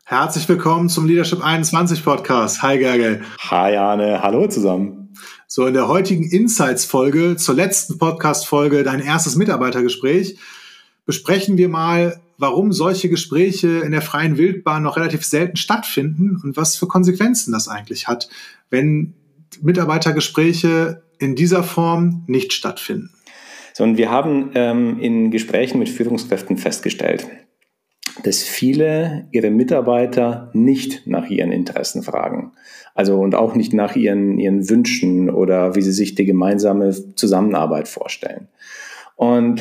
Herzlich willkommen zum Leadership 21 Podcast. Hi Gergely. Hi Arne, hallo zusammen. So, in der heutigen Insights-Folge, zur letzten Podcast-Folge, dein erstes Mitarbeitergespräch, besprechen wir mal, warum solche Gespräche in der freien Wildbahn noch relativ selten stattfinden und was für Konsequenzen das eigentlich hat, wenn Mitarbeitergespräche in dieser Form nicht stattfinden. So, und wir haben in Gesprächen mit Führungskräften festgestellt, dass viele ihre Mitarbeiter nicht nach ihren Interessen fragen. Also und auch nicht nach ihren Wünschen oder wie sie sich die gemeinsame Zusammenarbeit vorstellen. Und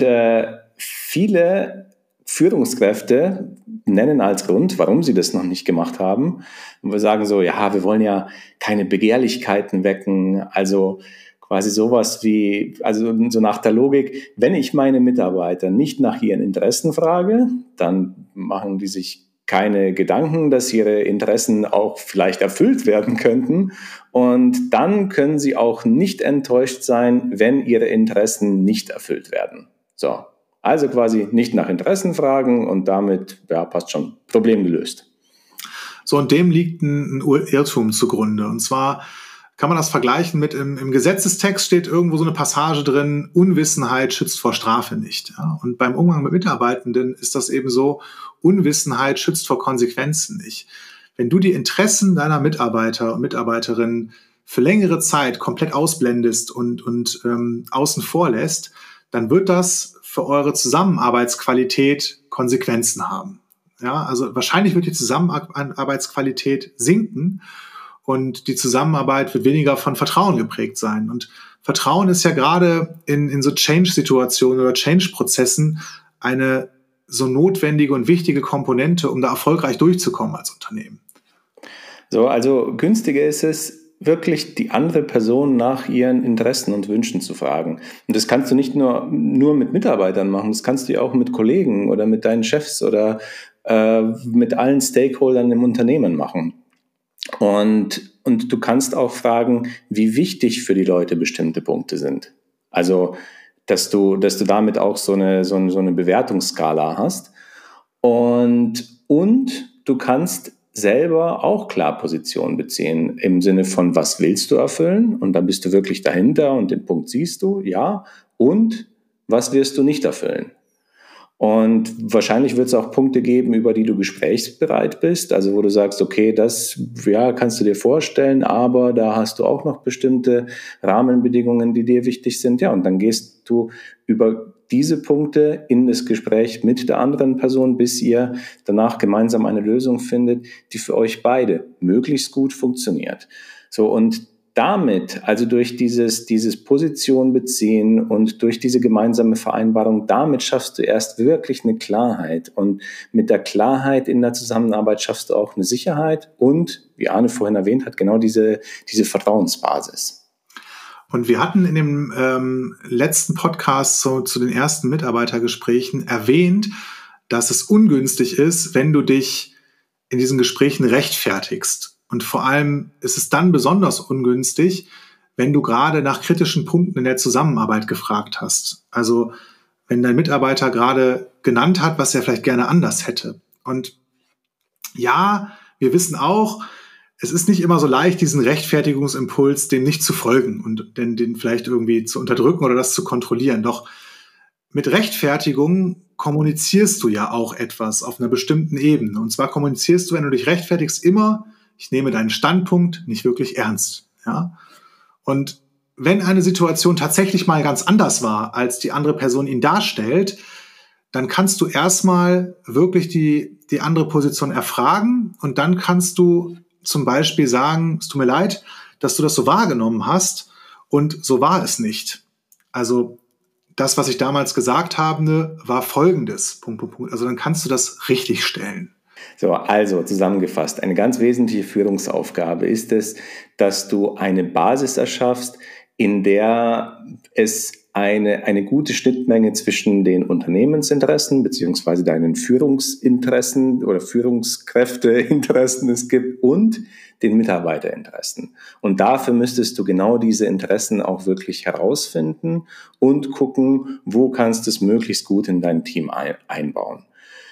viele Führungskräfte nennen als Grund, warum sie das noch nicht gemacht haben, und wir sagen so, ja, wir wollen ja keine Begehrlichkeiten wecken, also quasi sowas wie, also so nach der Logik, wenn ich meine Mitarbeiter nicht nach ihren Interessen frage, dann machen die sich keine Gedanken, dass ihre Interessen auch vielleicht erfüllt werden könnten. Und dann können sie auch nicht enttäuscht sein, wenn ihre Interessen nicht erfüllt werden. So, also quasi nicht nach Interessen fragen und damit, ja, passt schon, Problem gelöst. So, und dem liegt ein Irrtum zugrunde. Und zwar kann man das vergleichen mit, im Gesetzestext steht irgendwo so eine Passage drin, Unwissenheit schützt vor Strafe nicht. Ja? Und beim Umgang mit Mitarbeitenden ist das eben so, Unwissenheit schützt vor Konsequenzen nicht. Wenn du die Interessen deiner Mitarbeiter und Mitarbeiterinnen für längere Zeit komplett ausblendest und außen vor lässt, dann wird das für eure Zusammenarbeitsqualität Konsequenzen haben. Ja? Also wahrscheinlich wird die Zusammenarbeitsqualität sinken, und die Zusammenarbeit wird weniger von Vertrauen geprägt sein. Und Vertrauen ist ja gerade in so Change-Situationen oder Change-Prozessen eine so notwendige und wichtige Komponente, um da erfolgreich durchzukommen als Unternehmen. So, also günstiger ist es, wirklich die andere Person nach ihren Interessen und Wünschen zu fragen. Und das kannst du nicht nur mit Mitarbeitern machen, das kannst du ja auch mit Kollegen oder mit deinen Chefs oder mit allen Stakeholdern im Unternehmen machen. Und du kannst auch fragen, wie wichtig für die Leute bestimmte Punkte sind. Also, dass du damit auch so eine Bewertungsskala hast. Und du kannst selber auch klar Position beziehen im Sinne von, was willst du erfüllen? Und dann bist du wirklich dahinter und den Punkt siehst du, ja. Und was wirst du nicht erfüllen? Und wahrscheinlich wird es auch Punkte geben, über die du gesprächsbereit bist, also wo du sagst, okay, das ja, kannst du dir vorstellen, aber da hast du auch noch bestimmte Rahmenbedingungen, die dir wichtig sind. Ja, und dann gehst du über diese Punkte in das Gespräch mit der anderen Person, bis ihr danach gemeinsam eine Lösung findet, die für euch beide möglichst gut funktioniert. So, und damit, also durch dieses Position beziehen und durch diese gemeinsame Vereinbarung, damit schaffst du erst wirklich eine Klarheit. Und mit der Klarheit in der Zusammenarbeit schaffst du auch eine Sicherheit und, wie Arne vorhin erwähnt hat, genau diese Vertrauensbasis. Und wir hatten in dem letzten Podcast zu den ersten Mitarbeitergesprächen erwähnt, dass es ungünstig ist, wenn du dich in diesen Gesprächen rechtfertigst. Und vor allem ist es dann besonders ungünstig, wenn du gerade nach kritischen Punkten in der Zusammenarbeit gefragt hast. Also wenn dein Mitarbeiter gerade genannt hat, was er vielleicht gerne anders hätte. Und ja, wir wissen auch, es ist nicht immer so leicht, diesen Rechtfertigungsimpuls, dem nicht zu folgen und den vielleicht irgendwie zu unterdrücken oder das zu kontrollieren. Doch mit Rechtfertigung kommunizierst du ja auch etwas auf einer bestimmten Ebene. Und zwar kommunizierst du, wenn du dich rechtfertigst, immer, ich nehme deinen Standpunkt nicht wirklich ernst. Ja? Und wenn eine Situation tatsächlich mal ganz anders war, als die andere Person ihn darstellt, dann kannst du erstmal wirklich die andere Position erfragen und dann kannst du zum Beispiel sagen, es tut mir leid, dass du das so wahrgenommen hast und so war es nicht. Also das, was ich damals gesagt habe, war Folgendes. Also dann kannst du das richtig stellen. So, also zusammengefasst, eine ganz wesentliche Führungsaufgabe ist es, dass du eine Basis erschaffst, in der es eine gute Schnittmenge zwischen den Unternehmensinteressen beziehungsweise deinen Führungsinteressen oder Führungskräfteinteressen es gibt und den Mitarbeiterinteressen. Und dafür müsstest du genau diese Interessen auch wirklich herausfinden und gucken, wo kannst du es möglichst gut in dein Team einbauen.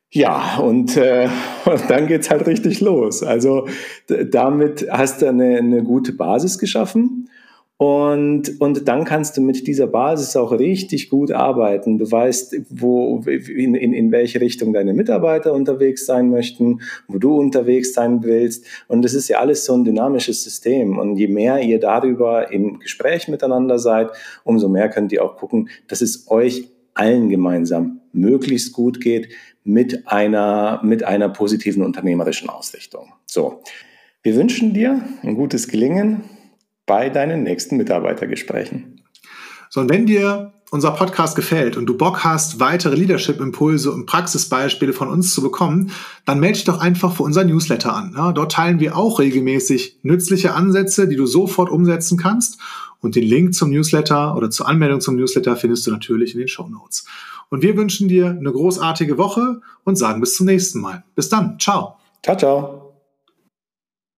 Ja, und dann geht's halt richtig los. Also damit hast du eine gute Basis geschaffen und dann kannst du mit dieser Basis auch richtig gut arbeiten. Du weißt, in welche Richtung deine Mitarbeiter unterwegs sein möchten, wo du unterwegs sein willst. Und das ist ja alles so ein dynamisches System. Und je mehr ihr darüber im Gespräch miteinander seid, umso mehr könnt ihr auch gucken, dass es euch allen gemeinsam möglichst gut geht mit einer positiven unternehmerischen Ausrichtung. So, wir wünschen dir ein gutes Gelingen bei deinen nächsten Mitarbeitergesprächen. So, und wenn dir unser Podcast gefällt und du Bock hast, weitere Leadership-Impulse und Praxisbeispiele von uns zu bekommen, dann melde dich doch einfach für unser Newsletter an. Ja, dort teilen wir auch regelmäßig nützliche Ansätze, die du sofort umsetzen kannst. Und den Link zum Newsletter oder zur Anmeldung zum Newsletter findest du natürlich in den Shownotes. Und wir wünschen dir eine großartige Woche und sagen bis zum nächsten Mal. Bis dann. Ciao. Ciao, ciao.